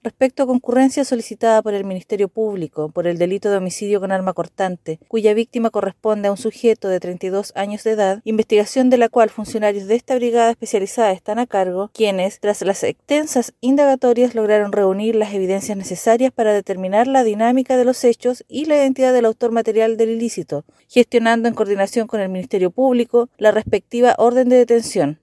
respecto a concurrencia solicitada por el Ministerio Público por el delito de homicidio con arma cortante, cuya víctima corresponde a un sujeto de 32 años de edad, investigación de la cual funcionarios de esta brigada especializada están a cargo, quienes, tras las extensas indagatorias, lograron reunir las evidencias necesarias para determinar la dinámica de los hechos y la identidad del autor material del ilícito, gestionando en coordinación con el Ministerio Público la respectiva orden de detención.